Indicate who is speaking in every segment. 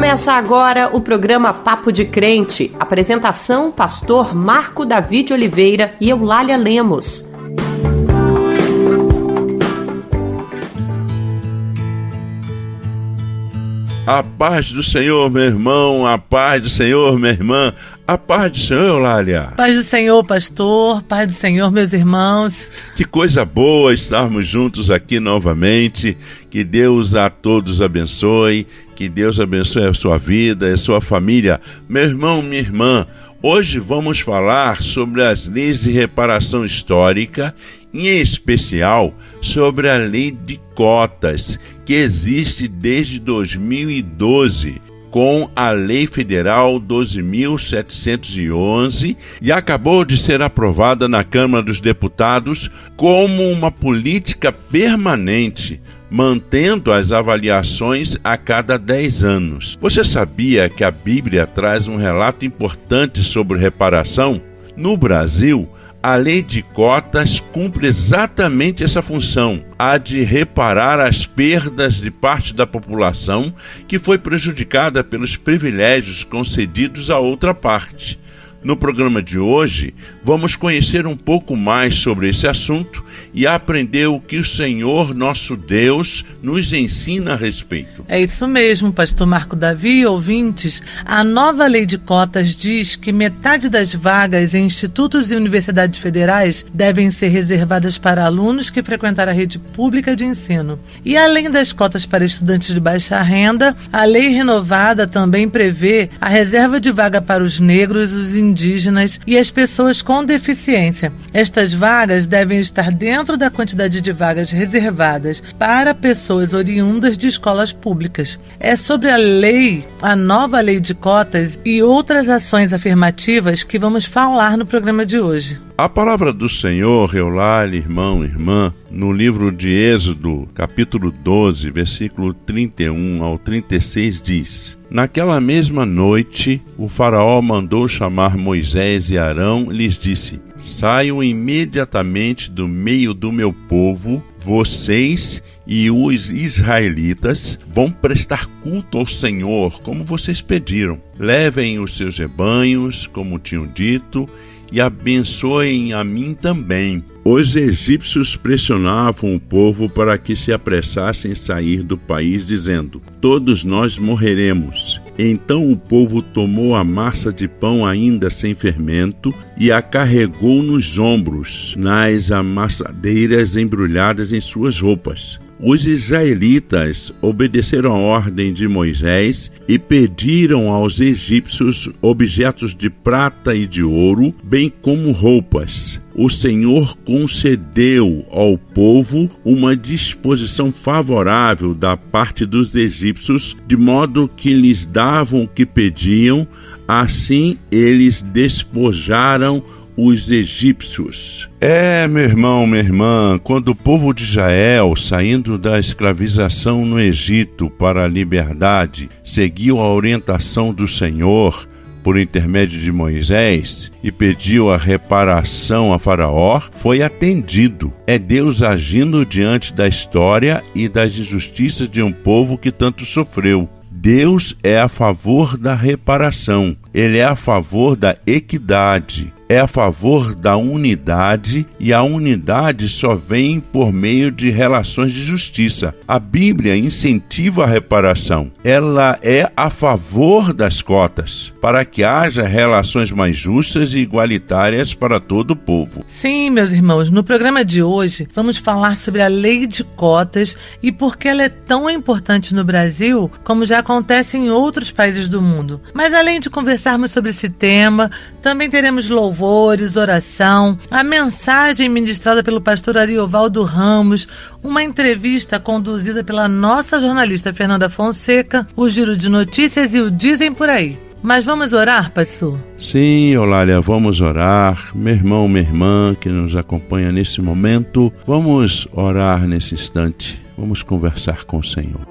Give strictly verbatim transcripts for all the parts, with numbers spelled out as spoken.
Speaker 1: Começa agora o programa Papo de Crente. Apresentação, pastor Marco David Oliveira e Eulália Lemos.
Speaker 2: A paz do Senhor, meu irmão, a paz do Senhor, minha irmã, a paz do Senhor, Eulália.
Speaker 3: Paz do Senhor, pastor, paz do Senhor, meus irmãos.
Speaker 2: Que coisa boa estarmos juntos aqui novamente, que Deus a todos abençoe, que Deus abençoe a sua vida, a sua família. Meu irmão, minha irmã, hoje vamos falar sobre as leis de reparação histórica, em especial sobre a lei de cotas, que existe desde dois mil e doze, com a Lei Federal doze mil setecentos e onze e acabou de ser aprovada na Câmara dos Deputados como uma política permanente, mantendo as avaliações a cada dez anos. Você sabia que a Bíblia traz um relato importante sobre reparação? No Brasil, a lei de cotas cumpre exatamente essa função, a de reparar as perdas de parte da população que foi prejudicada pelos privilégios concedidos a outra parte. No programa de hoje, vamos conhecer um pouco mais sobre esse assunto e aprender o que o Senhor, nosso Deus, nos ensina a respeito.
Speaker 3: É isso mesmo, pastor Marco Davi e ouvintes. A nova lei de cotas diz que metade das vagas em institutos e universidades federais devem ser reservadas para alunos que frequentaram a rede pública de ensino. E além das cotas para estudantes de baixa renda, a lei renovada também prevê a reserva de vaga para os negros, os indígenas e as pessoas com deficiência. Estas vagas devem estar dentro da quantidade de vagas reservadas para pessoas oriundas de escolas públicas. É sobre a lei, a nova lei de cotas e outras ações afirmativas que vamos falar no programa de hoje.
Speaker 2: A palavra do Senhor, Eulália, irmão, irmã, no livro de Êxodo, capítulo doze, versículo trinta e um ao trinta e seis, diz: Naquela mesma noite, o faraó mandou chamar Moisés e Arão e lhes disse: Saiam imediatamente do meio do meu povo, vocês e os israelitas vão prestar culto ao Senhor, como vocês pediram. Levem os seus rebanhos, como tinham dito, e abençoem a mim também. Os egípcios pressionavam o povo para que se apressassem em sair do país, dizendo: Todos nós morreremos. Então o povo tomou a massa de pão ainda sem fermento e a carregou nos ombros, nas amassadeiras embrulhadas em suas roupas. Os israelitas obedeceram a ordem de Moisés e pediram aos egípcios objetos de prata e de ouro, bem como roupas. O Senhor concedeu ao povo uma disposição favorável da parte dos egípcios, de modo que lhes davam o que pediam. Assim eles despojaram os egípcios. É, meu irmão, minha irmã, quando o povo de Israel, saindo da escravização no Egito para a liberdade, seguiu a orientação do Senhor por intermédio de Moisés e pediu a reparação a Faraó, foi atendido. É Deus agindo diante da história e das injustiças de um povo que tanto sofreu. Deus é a favor da reparação, Ele é a favor da equidade, é a favor da unidade, e a unidade só vem por meio de relações de justiça. A Bíblia incentiva a reparação. Ela é a favor das cotas, para que haja relações mais justas e igualitárias para todo o povo.
Speaker 3: Sim, meus irmãos, no programa de hoje vamos falar sobre a lei de cotas e por que ela é tão importante no Brasil, como já acontece em outros países do mundo. Mas além de conversarmos sobre esse tema, também teremos louvores, oração, a mensagem ministrada pelo pastor Ariovaldo Ramos, uma entrevista conduzida pela nossa jornalista Fernanda Fonseca, o Giro de Notícias e o Dizem Por Aí. Mas vamos orar, pastor?
Speaker 2: Sim, Eulália, vamos orar. Meu irmão, minha irmã que nos acompanha nesse momento, vamos orar nesse instante. Vamos conversar com o Senhor.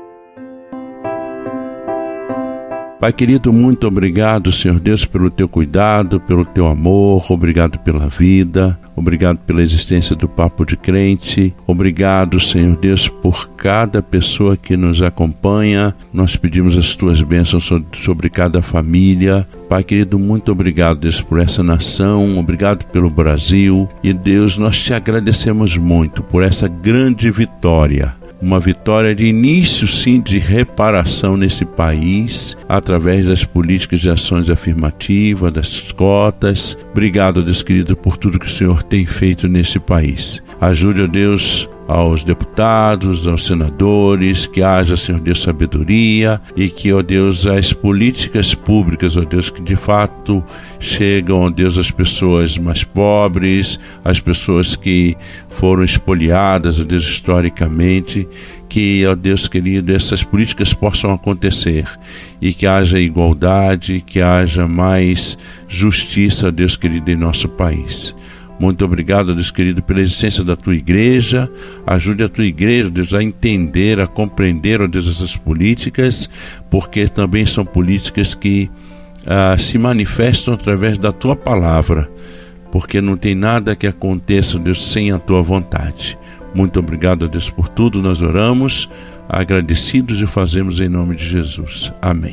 Speaker 2: Pai querido, muito obrigado, Senhor Deus, pelo teu cuidado, pelo teu amor, obrigado pela vida, Obrigado pela existência do Papo de Crente. Obrigado, Senhor Deus, por cada pessoa que nos acompanha. Nós pedimos as tuas bênçãos sobre cada família. Pai querido, muito obrigado, Deus, por essa nação. Obrigado pelo Brasil. E, Deus, nós te agradecemos muito por essa grande vitória. Uma vitória de início, sim, de reparação nesse país, através das políticas de ações afirmativas, das cotas. Obrigado, Deus querido, por tudo que o Senhor tem feito nesse país. Ajude, ó Deus, aos deputados, aos senadores, que haja, Senhor Deus, sabedoria e que, ó Deus, as políticas públicas, ó Deus, que de fato chegam, ó Deus, às pessoas mais pobres, às pessoas que foram espoliadas, ó Deus, historicamente, que, ó Deus querido, essas políticas possam acontecer e que haja igualdade, que haja mais justiça, ó Deus querido, em nosso país. Muito obrigado, Deus querido, pela existência da tua igreja. Ajude a tua igreja, Deus, a entender, a compreender, ó Deus, essas políticas, porque também são políticas que ah, se manifestam através da tua palavra, porque não tem nada que aconteça, Deus, sem a tua vontade. Muito obrigado, Deus, por tudo. Nós oramos, agradecidos, e fazemos em nome de Jesus. Amém.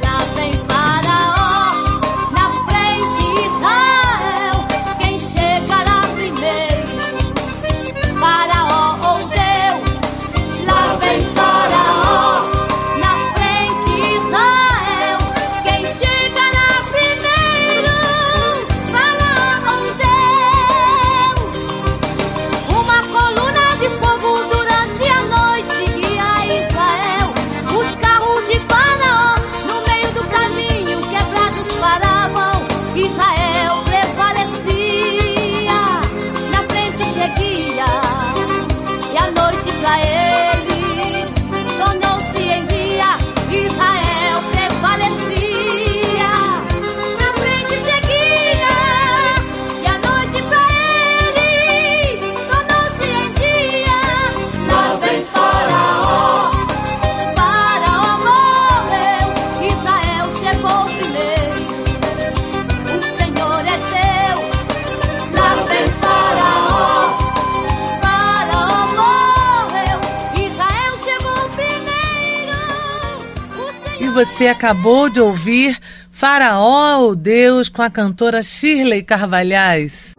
Speaker 3: Você acabou de ouvir Faraó, o Deus, com a cantora Shirley Carvalhais.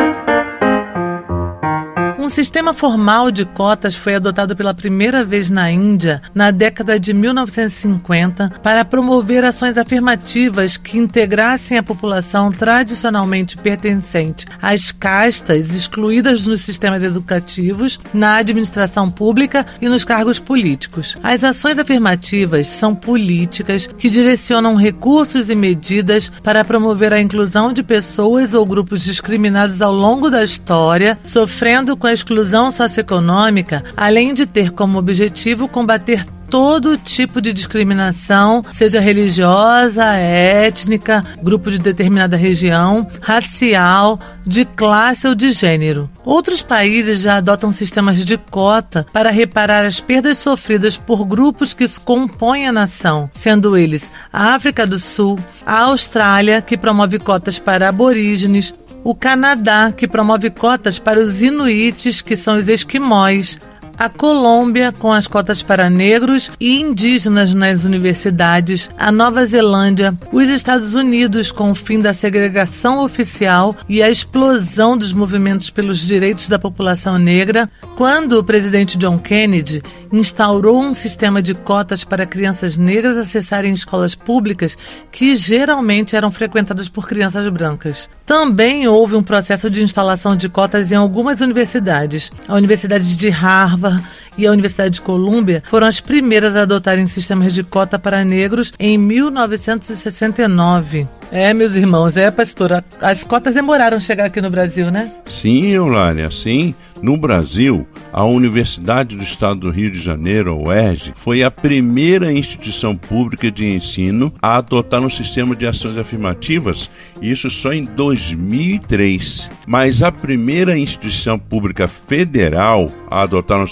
Speaker 3: Um sistema formal de cotas foi adotado pela primeira vez na Índia na década de mil novecentos e cinquenta para promover ações afirmativas que integrassem a população tradicionalmente pertencente às castas excluídas nos sistemas educativos, na administração pública e nos cargos políticos. As ações afirmativas são políticas que direcionam recursos e medidas para promover a inclusão de pessoas ou grupos discriminados ao longo da história, sofrendo com a exclusão socioeconômica, além de ter como objetivo combater todo tipo de discriminação, seja religiosa, étnica, grupo de determinada região, racial, de classe ou de gênero. Outros países já adotam sistemas de cota para reparar as perdas sofridas por grupos que compõem a nação, sendo eles a África do Sul, a Austrália, que promove cotas para aborígenes, o Canadá, que promove cotas para os inuites, que são os esquimós, a Colômbia, com as cotas para negros e indígenas nas universidades, a Nova Zelândia, os Estados Unidos, com o fim da segregação oficial e a explosão dos movimentos pelos direitos da população negra, quando o presidente John Kennedy instaurou um sistema de cotas para crianças negras acessarem escolas públicas que geralmente eram frequentadas por crianças brancas. Também houve um processo de instalação de cotas em algumas universidades. A Universidade de Harvard e a Universidade de Colômbia foram as primeiras a adotarem sistemas de cota para negros em mil novecentos e sessenta e nove. É, meus irmãos, é, pastora, as cotas demoraram a chegar aqui no Brasil, né?
Speaker 2: Sim, Eulália, sim. No Brasil, a Universidade do Estado do Rio de Janeiro, a U E R J, foi a primeira instituição pública de ensino a adotar um sistema de ações afirmativas, isso só em dois mil e três. Mas a primeira instituição pública federal a adotar um sistema de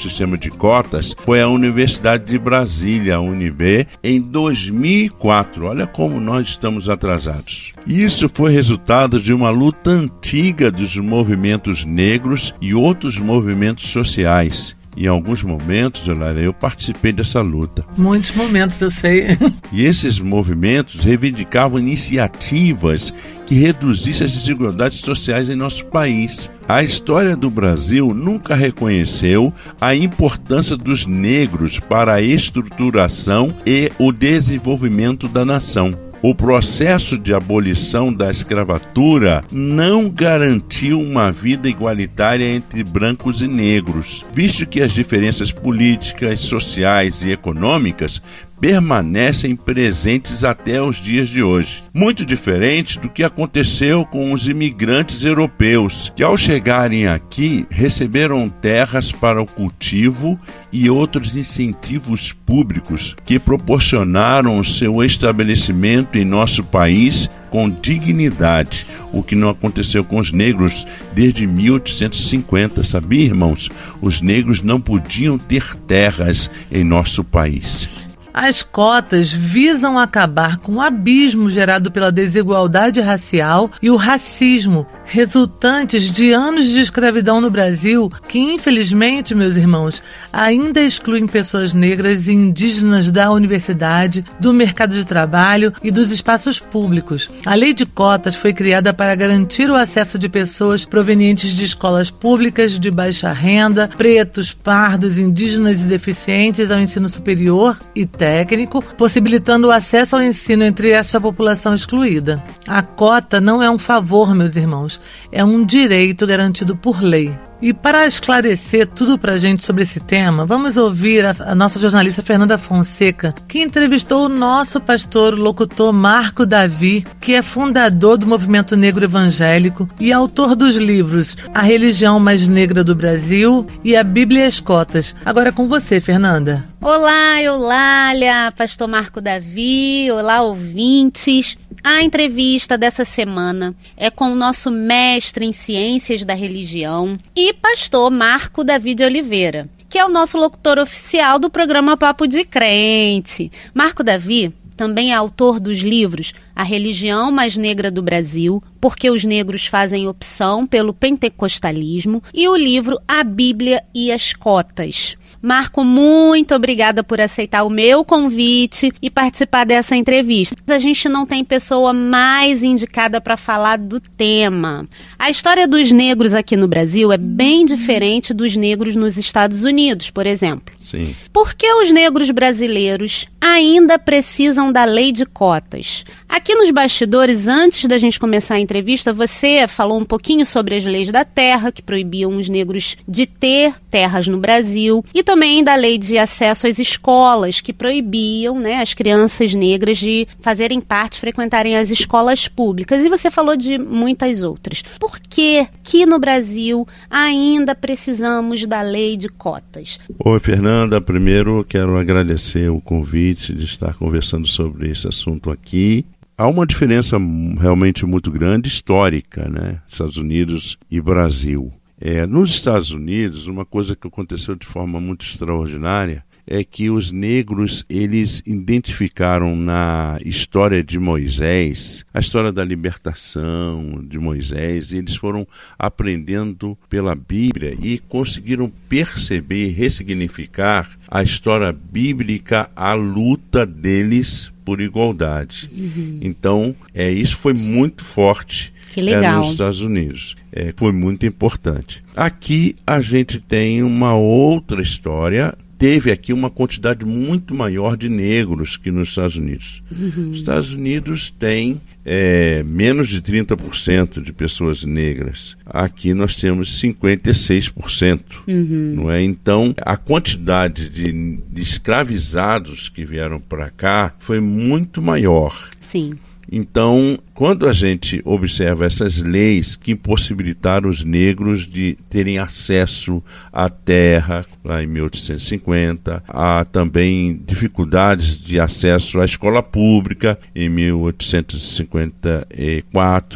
Speaker 2: de cotas foi a Universidade de Brasília, a U N B, em dois mil e quatro. Olha como nós estamos atrasados. Isso foi resultado de uma luta antiga dos movimentos negros e outros movimentos sociais. Em alguns momentos, eu participei dessa luta.
Speaker 3: Muitos momentos, eu sei.
Speaker 2: E esses movimentos reivindicavam iniciativas que reduzissem as desigualdades sociais em nosso país. A história do Brasil nunca reconheceu a importância dos negros para a estruturação e o desenvolvimento da nação. O processo de abolição da escravatura não garantiu uma vida igualitária entre brancos e negros, visto que as diferenças políticas, sociais e econômicas permanecem presentes até os dias de hoje. Muito diferente do que aconteceu com os imigrantes europeus, que ao chegarem aqui receberam terras para o cultivo e outros incentivos públicos que proporcionaram o seu estabelecimento em nosso país com dignidade, o que não aconteceu com os negros desde mil oitocentos e cinquenta, sabia, irmãos? Os negros não podiam ter terras em nosso país.
Speaker 3: As cotas visam acabar com o abismo gerado pela desigualdade racial e o racismo, resultantes de anos de escravidão no Brasil, que infelizmente, meus irmãos, ainda excluem pessoas negras e indígenas da universidade, do mercado de trabalho e dos espaços públicos. A lei de cotas foi criada para garantir o acesso de pessoas provenientes de escolas públicas de baixa renda, pretos, pardos, indígenas e deficientes ao ensino superior e técnico, possibilitando o acesso ao ensino entre essa população excluída. A cota não é um favor, meus irmãos, é um direito garantido por lei. E para esclarecer tudo para a gente sobre esse tema, vamos ouvir a, a nossa jornalista Fernanda Fonseca, que entrevistou o nosso pastor locutor Marco Davi, que é fundador do Movimento Negro Evangélico e autor dos livros A Religião Mais Negra do Brasil e A Bíblia e as Cotas. Agora com você, Fernanda.
Speaker 4: Olá, Eulália, pastor Marco Davi, olá, ouvintes. A entrevista dessa semana é com o nosso mestre em Ciências da Religião e pastor Marco Davi de Oliveira, que é o nosso locutor oficial do programa Papo de Crente. Marco Davi também é autor dos livros A Religião Mais Negra do Brasil, Porque os Negros Fazem Opção pelo Pentecostalismo, e o livro A Bíblia e as Cotas. Marco, muito obrigada por aceitar o meu convite e participar dessa entrevista. A gente não tem pessoa mais indicada para falar do tema. A história dos negros aqui no Brasil é bem diferente dos negros nos Estados Unidos, por exemplo.
Speaker 2: Sim.
Speaker 4: Por que os negros brasileiros ainda precisam da lei de cotas? Aqui nos bastidores, antes da gente começar a entrevista, você falou um pouquinho sobre as leis da terra, que proibiam os negros de ter terras no Brasil, e também da lei de acesso às escolas, que proibiam, né, as crianças negras de fazerem parte, frequentarem as escolas públicas. E você falou de muitas outras. Por que que no Brasil ainda precisamos da lei de cotas?
Speaker 2: Oi, Fernanda. Primeiro, quero agradecer o convite de estar conversando sobre esse assunto aqui. Há uma diferença realmente muito grande, histórica, né? Estados Unidos e Brasil. É, nos Estados Unidos, uma coisa que aconteceu de forma muito extraordinária é que os negros, eles identificaram na história de Moisés, a história da libertação de Moisés, e eles foram aprendendo pela Bíblia e conseguiram perceber e ressignificar a história bíblica, a luta deles por igualdade. Uhum. Então, é, isso foi muito forte.
Speaker 4: Que legal.
Speaker 2: É, nos Estados Unidos. É, foi muito importante. Aqui a gente tem uma outra história. Teve aqui uma quantidade muito maior de negros que nos Estados Unidos. Uhum. Os Estados Unidos tem é, menos de trinta por cento de pessoas negras. Aqui nós temos cinquenta e seis por cento. Uhum. Não é? Então, a quantidade de, de escravizados que vieram para cá foi muito maior.
Speaker 4: Sim.
Speaker 2: Então, quando a gente observa essas leis que impossibilitaram os negros de terem acesso à terra, lá em mil oitocentos e cinquenta, há também dificuldades de acesso à escola pública, em mil oitocentos e cinquenta e quatro,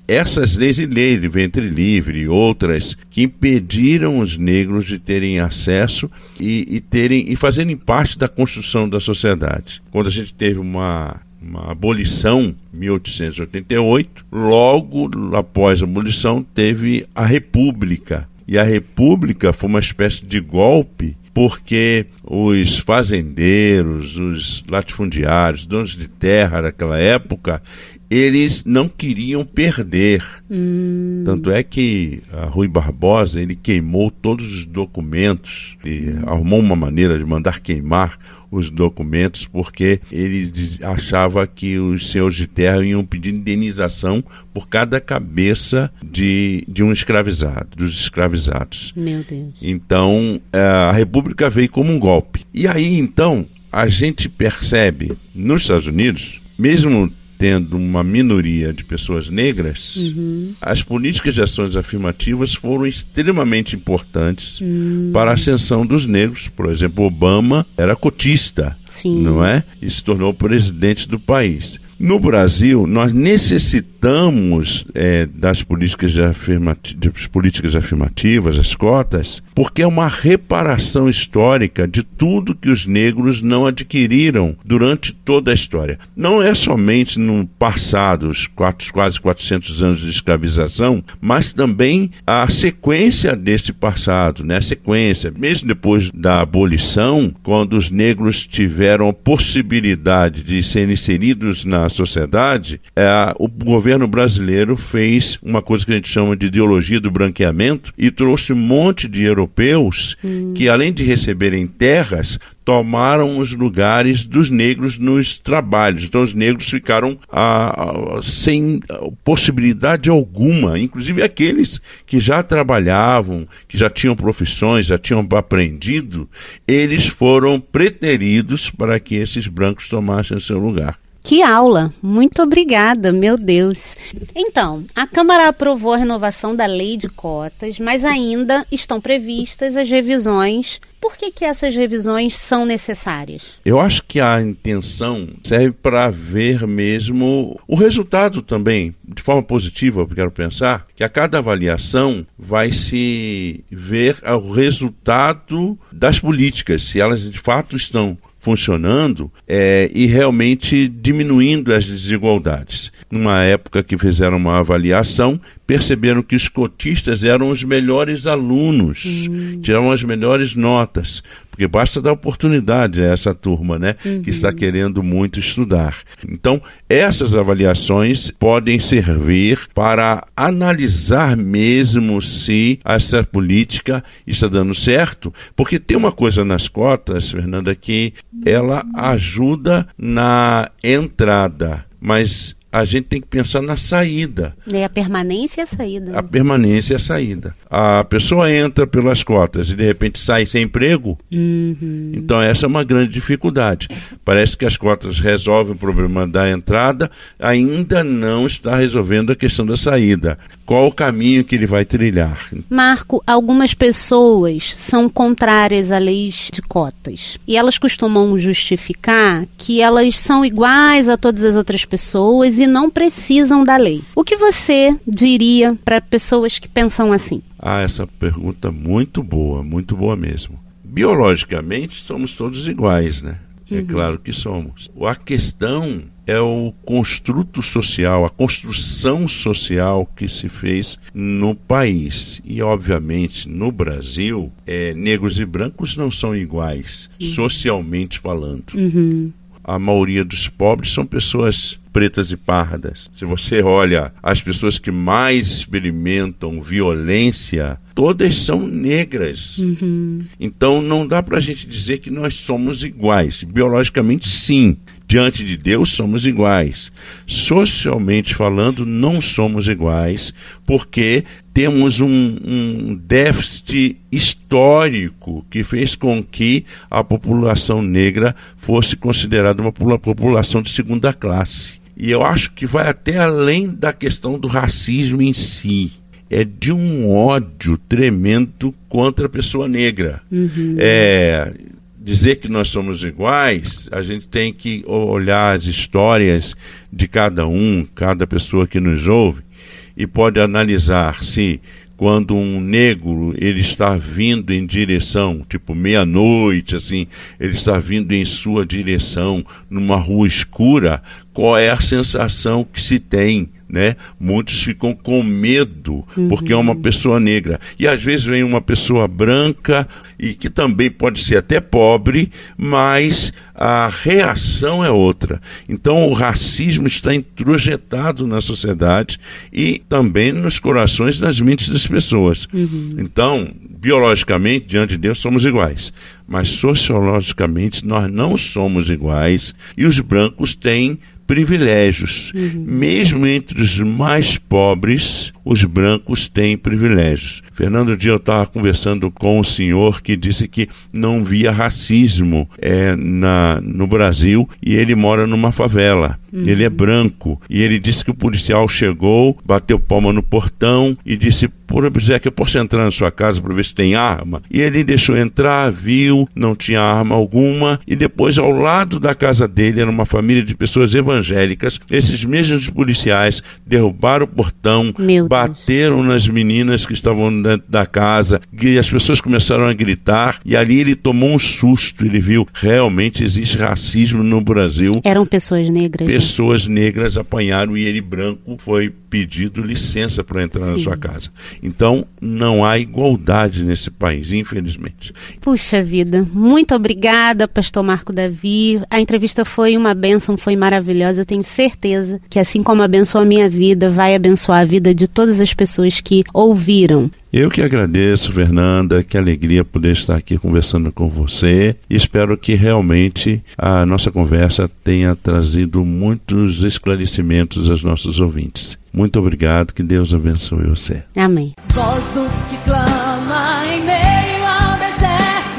Speaker 2: essas leis e lei de ventre livre e outras que impediram os negros de terem acesso e, e, terem, e fazerem parte da construção da sociedade. Quando a gente teve uma, uma abolição, em mil oitocentos e oitenta e oito, logo após a abolição teve a República. E a República foi uma espécie de golpe, porque os fazendeiros, os latifundiários, donos de terra daquela época, eles não queriam perder. Hum. Tanto é que a Rui Barbosa, ele queimou todos os documentos, e arrumou uma maneira de mandar queimar os documentos, porque ele achava que os senhores de terra iam pedir indenização por cada cabeça de, de um escravizado, dos escravizados.
Speaker 4: Meu Deus.
Speaker 2: Então, a República veio como um golpe. E aí, então, a gente percebe, nos Estados Unidos, mesmo tendo uma minoria de pessoas negras, uhum. as políticas de ações afirmativas foram extremamente importantes uhum. para a ascensão dos negros. Por exemplo, Obama era cotista, Sim. não é? E se tornou presidente do país. No Brasil, nós necessitamos é, das políticas, de afirmati- das políticas afirmativas, as cotas, porque é uma reparação histórica de tudo que os negros não adquiriram durante toda a história. Não é somente no passado, os quatro, quase quatrocentos anos de escravização, mas também a sequência desse passado, né? A sequência, mesmo depois da abolição, quando os negros tiveram a possibilidade de serem inseridos na sociedade, é, o governo brasileiro fez uma coisa que a gente chama de ideologia do branqueamento e trouxe um monte de europeus hum. que, além de receberem terras, tomaram os lugares dos negros nos trabalhos. Então os negros ficaram ah, sem possibilidade alguma, inclusive aqueles que já trabalhavam, que já tinham profissões, já tinham aprendido, eles foram preteridos para que esses brancos tomassem o seu lugar.
Speaker 4: Que aula! Muito obrigada, meu Deus. Então, a Câmara aprovou a renovação da lei de cotas, mas ainda estão previstas as revisões. Por que que essas revisões são necessárias?
Speaker 2: Eu acho que a intenção serve para ver mesmo o resultado também, de forma positiva, eu quero pensar, que a cada avaliação vai se ver o resultado das políticas, se elas de fato estão funcionando é, e realmente diminuindo as desigualdades. Numa época que fizeram uma avaliação, perceberam que os cotistas eram os melhores alunos, uhum. tiravam as melhores notas, porque basta dar oportunidade a essa turma, né, uhum. que está querendo muito estudar. Então, essas avaliações podem servir para analisar mesmo se essa política está dando certo, porque tem uma coisa nas cotas, Fernanda, que ela ajuda na entrada, mas a gente tem que pensar na saída.
Speaker 4: É a permanência e a saída.
Speaker 2: A permanência e a saída. A pessoa entra pelas cotas e de repente sai sem emprego, uhum. então essa é uma grande dificuldade. Parece que as cotas resolvem o problema da entrada, ainda não está resolvendo a questão da saída. Qual o caminho que ele vai trilhar?
Speaker 4: Marco, algumas pessoas são contrárias à lei de cotas e elas costumam justificar que elas são iguais a todas as outras pessoas e não precisam da lei. O que você diria para pessoas que pensam assim?
Speaker 2: Ah, essa pergunta muito boa, muito boa mesmo. Biologicamente, somos todos iguais, né? É uhum. claro que somos. A questão é o construto social, a construção social que se fez no país. E, obviamente, no Brasil, é, negros e brancos não são iguais, uhum. socialmente falando. Uhum. A maioria dos pobres são pessoas pretas e pardas. Se você olha as pessoas que mais experimentam violência, todas são negras. Uhum. Então não dá para a gente dizer que nós somos iguais. Biologicamente, sim. Diante de Deus, somos iguais. Socialmente falando, não somos iguais, porque temos um, um déficit histórico que fez com que a população negra fosse considerada uma população de segunda classe. E eu acho que vai até além da questão do racismo em si. É de um ódio tremendo contra a pessoa negra. Uhum. É... Dizer que nós somos iguais, a gente tem que olhar as histórias de cada um, cada pessoa que nos ouve, e pode analisar se quando um negro ele está vindo em direção, tipo meia-noite, assim, ele está vindo em sua direção numa rua escura, qual é a sensação que se tem, né? Muitos ficam com medo, uhum. porque é uma pessoa negra. E às vezes vem uma pessoa branca, e que também pode ser até pobre, mas a reação é outra. Então o racismo está introjetado na sociedade e também nos corações e nas mentes das pessoas. Uhum. Então, biologicamente, diante de Deus, somos iguais. Mas sociologicamente nós não somos iguais, e os brancos têm privilégios. Uhum. Mesmo entre os mais pobres, os brancos têm privilégios. Fernando, um dia eu estava conversando com um senhor que disse que não via racismo é, na, no Brasil, e ele mora numa favela. Uhum. Ele é branco, e ele disse que o policial chegou, bateu palma no portão e disse: "Por Zé, que eu posso entrar na sua casa para ver se tem arma?" E ele deixou entrar, viu, não tinha arma alguma, e depois ao lado da casa dele era uma família de pessoas evangélicas. Esses mesmos policiais derrubaram o portão, bateram nas meninas que estavam dentro da casa, e as pessoas começaram a gritar, e ali ele tomou um susto. Ele viu, realmente existe racismo no Brasil.
Speaker 4: Eram pessoas negras.
Speaker 2: Pessoas né? negras apanharam, e ele branco foi pedido licença para entrar Sim. na sua casa. Então não há igualdade nesse país, infelizmente.
Speaker 4: Puxa vida, muito obrigada, pastor Marco Davi. A entrevista foi uma bênção, foi maravilhosa. Eu tenho certeza que, assim como abençoou a minha vida, vai abençoar a vida de todas as pessoas que ouviram.
Speaker 2: Eu que agradeço, Fernanda, que alegria poder estar aqui conversando com você, e espero que realmente a nossa conversa tenha trazido muitos esclarecimentos aos nossos ouvintes. Muito obrigado, que Deus abençoe você.
Speaker 4: Amém.
Speaker 5: Voz do que clama em meio ao deserto,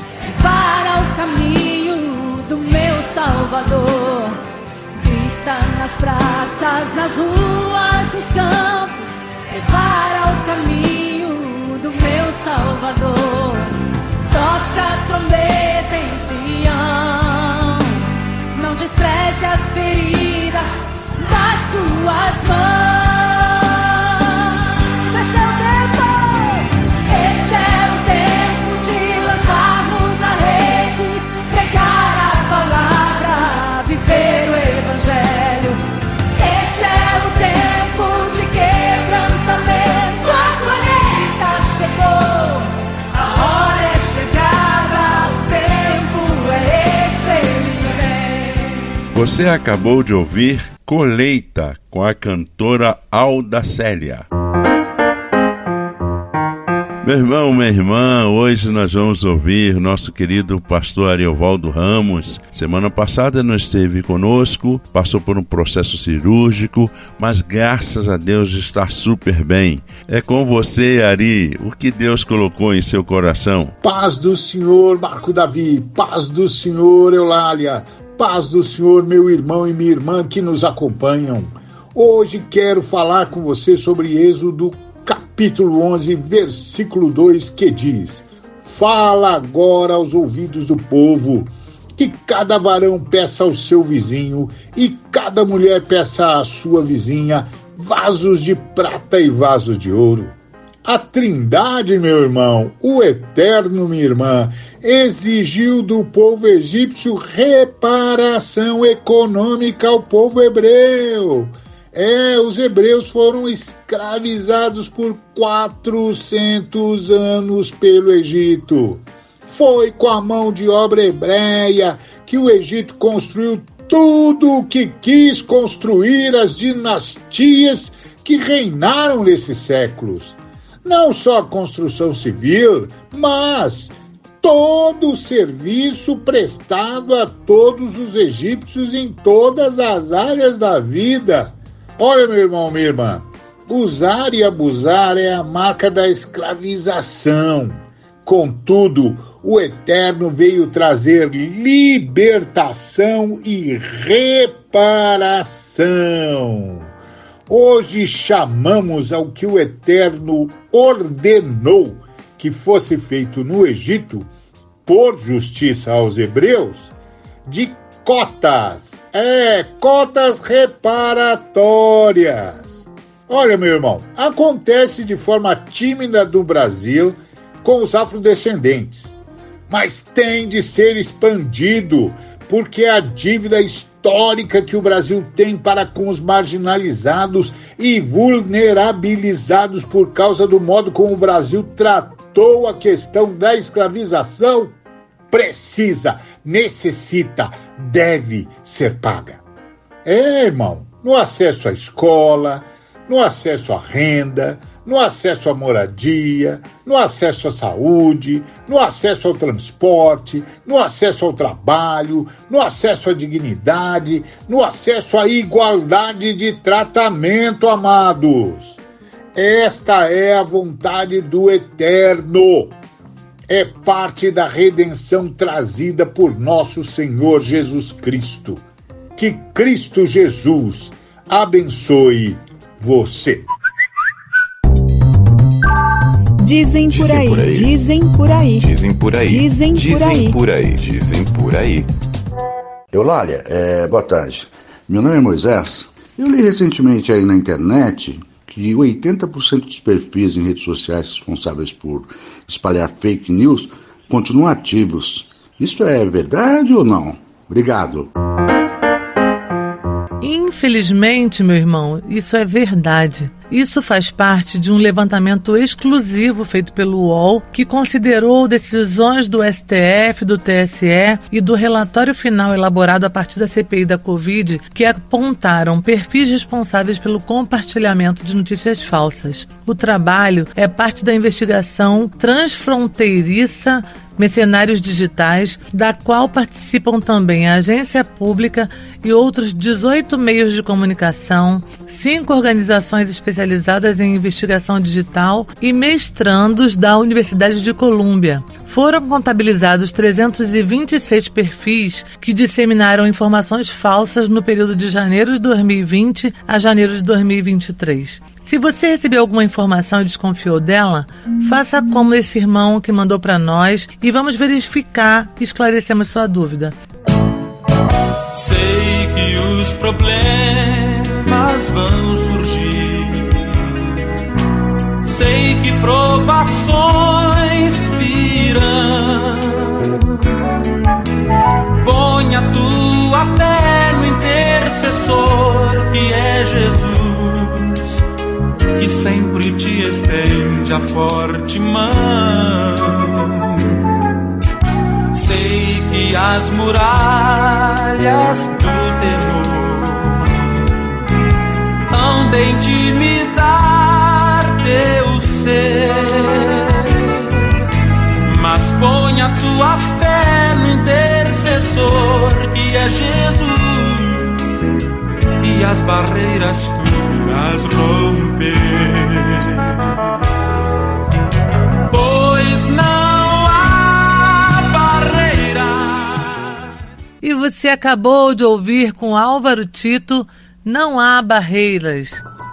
Speaker 5: para o caminho do meu Salvador. Grita nas praças, nas ruas, nos campos, para o caminho do meu Salvador. Toca a trombeta em Sião, não despreze as feridas das suas mãos. Este é o tempo, este é o tempo de lançarmos a rede, pregar a palavra, viver o evangelho. Este é o tempo de quebrantamento, a colheita chegou, a hora é chegada, o tempo é este, ele vem.
Speaker 2: Você acabou de ouvir Colheita, com a cantora Alda Célia. Meu irmão, minha irmã, hoje nós vamos ouvir nosso querido pastor Ariovaldo Ramos. Semana passada não esteve conosco, passou por um processo cirúrgico, mas graças a Deus está super bem. É com você, Ari, o que Deus colocou em seu coração?
Speaker 6: Paz do Senhor, Marco Davi, paz do Senhor, Eulália, paz do Senhor, meu irmão e minha irmã que nos acompanham. Hoje quero falar com você sobre Êxodo capítulo onze, versículo dois, que diz: "Fala agora aos ouvidos do povo, que cada varão peça ao seu vizinho e cada mulher peça à sua vizinha vasos de prata e vasos de ouro." A Trindade, meu irmão, o Eterno, minha irmã, exigiu do povo egípcio reparação econômica ao povo hebreu. É, os hebreus foram escravizados por quatrocentos anos pelo Egito. Foi com a mão de obra hebreia que o Egito construiu tudo o que quis construir as dinastias que reinaram nesses séculos. Não só a construção civil, mas todo o serviço prestado a todos os egípcios em todas as áreas da vida. Olha, meu irmão, minha irmã, usar e abusar é a marca da escravização. Contudo, o Eterno veio trazer libertação e reparação. Hoje chamamos ao que o Eterno ordenou que fosse feito no Egito, por justiça aos hebreus, de cotas. É, cotas reparatórias. Olha, meu irmão, acontece de forma tímida no Brasil com os afrodescendentes, mas tem de ser expandido, porque a dívida histórica que o Brasil tem para com os marginalizados e vulnerabilizados por causa do modo como o Brasil tratou a questão da escravização precisa, necessita, deve ser paga. É, irmão, no acesso à escola, no acesso à renda, no acesso à moradia, no acesso à saúde, no acesso ao transporte, no acesso ao trabalho, no acesso à dignidade, no acesso à igualdade de tratamento, amados. Esta é a vontade do Eterno. É parte da redenção trazida por nosso Senhor Jesus Cristo. Que Cristo Jesus abençoe você.
Speaker 7: Dizem por aí, dizem por aí,
Speaker 8: dizem por aí,
Speaker 7: dizem por aí,
Speaker 8: dizem por aí, dizem por aí.
Speaker 9: Eulália, é, boa tarde. Meu nome é Moisés. Eu li recentemente aí na internet que oitenta por cento dos perfis em redes sociais responsáveis por espalhar fake news continuam ativos. Isso é verdade ou não? Obrigado.
Speaker 3: Infelizmente, meu irmão, isso é verdade. Isso faz parte de um levantamento exclusivo feito pelo U O L, que considerou decisões do S T F, do T S E e do relatório final elaborado a partir da C P I da Covid, que apontaram perfis responsáveis pelo compartilhamento de notícias falsas. O trabalho é parte da investigação transfronteiriça Mercenários Digitais, da qual participam também a agência pública e outros dezoito meios de comunicação, cinco organizações especializadas em investigação digital e mestrandos da Universidade de Colômbia. Foram contabilizados trezentos e vinte e seis perfis que disseminaram informações falsas no período de janeiro de dois mil e vinte a janeiro de dois mil e vinte e três. Se você recebeu alguma informação e desconfiou dela, faça como esse irmão que mandou para nós e vamos verificar e esclarecemos sua dúvida.
Speaker 10: Sei que os problemas vão surgir, sei que provações virão. Põe a tua fé no intercessor que é Jesus, que sempre te estende a forte mão. Sei que as muralhas do temor hão de intimidar teu ser, mas põe a tua fé no intercessor que é Jesus, e as barreiras tu as romper, pois não há barreiras.
Speaker 3: E você acabou de ouvir com Álvaro Tito, Não Há Barreiras.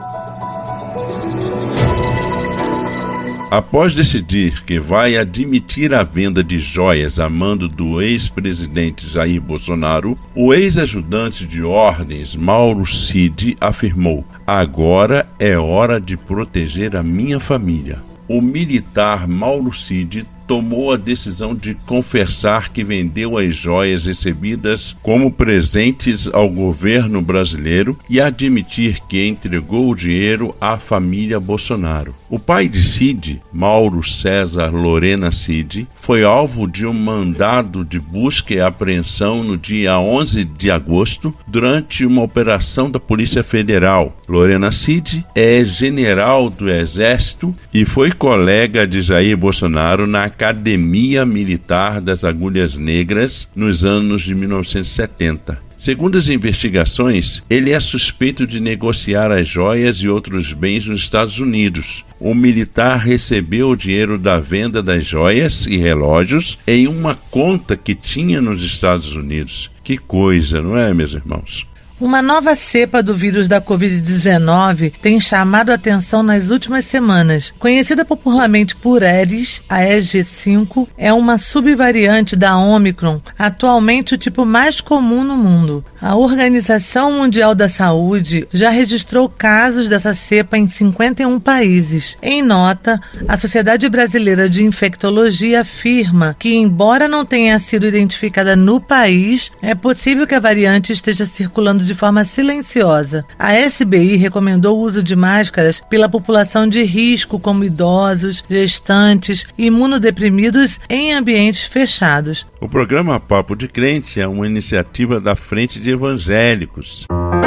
Speaker 2: Após decidir que vai admitir a venda de joias a mando do ex-presidente Jair Bolsonaro, o ex-ajudante de ordens Mauro Cid afirmou: "Agora é hora de proteger a minha família." O militar Mauro Cid tomou a decisão de confessar que vendeu as joias recebidas como presentes ao governo brasileiro e admitir que entregou o dinheiro à família Bolsonaro. O pai de Cid, Mauro César Lorena Cid, foi alvo de um mandado de busca e apreensão no dia onze de agosto, durante uma operação da Polícia Federal. Lorena Cid é general do Exército e foi colega de Jair Bolsonaro na Academia Militar das Agulhas Negras nos anos de mil novecentos e setenta. Segundo as investigações, ele é suspeito de negociar as joias e outros bens nos Estados Unidos. O militar recebeu o dinheiro da venda das joias e relógios em uma conta que tinha nos Estados Unidos. Que coisa, não é, meus irmãos?
Speaker 3: Uma nova cepa do vírus da covid dezenove tem chamado a atenção nas últimas semanas. Conhecida popularmente por Aedes, a E G cinco é uma subvariante da Omicron, atualmente o tipo mais comum no mundo. A Organização Mundial da Saúde já registrou casos dessa cepa em cinquenta e um países. Em nota, a Sociedade Brasileira de Infectologia afirma que, embora não tenha sido identificada no país, é possível que a variante esteja circulando de forma silenciosa. A S B I recomendou o uso de máscaras pela população de risco, como idosos, gestantes e imunodeprimidos em ambientes fechados.
Speaker 2: O programa Papo de Crente é uma iniciativa da Frente de Evangélicos.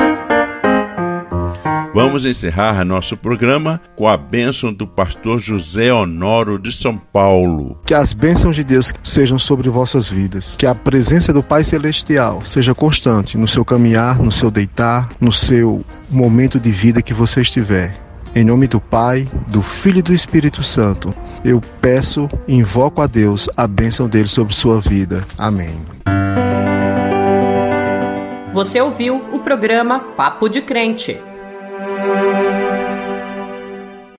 Speaker 2: Vamos encerrar nosso programa com a bênção do pastor José Honório de São Paulo.
Speaker 11: Que as bênçãos de Deus sejam sobre vossas vidas. Que a presença do Pai Celestial seja constante no seu caminhar, no seu deitar, no seu momento de vida que você estiver. Em nome do Pai, do Filho e do Espírito Santo, eu peço e invoco a Deus a bênção dele sobre sua vida. Amém.
Speaker 1: Você ouviu o programa Papo de Crente.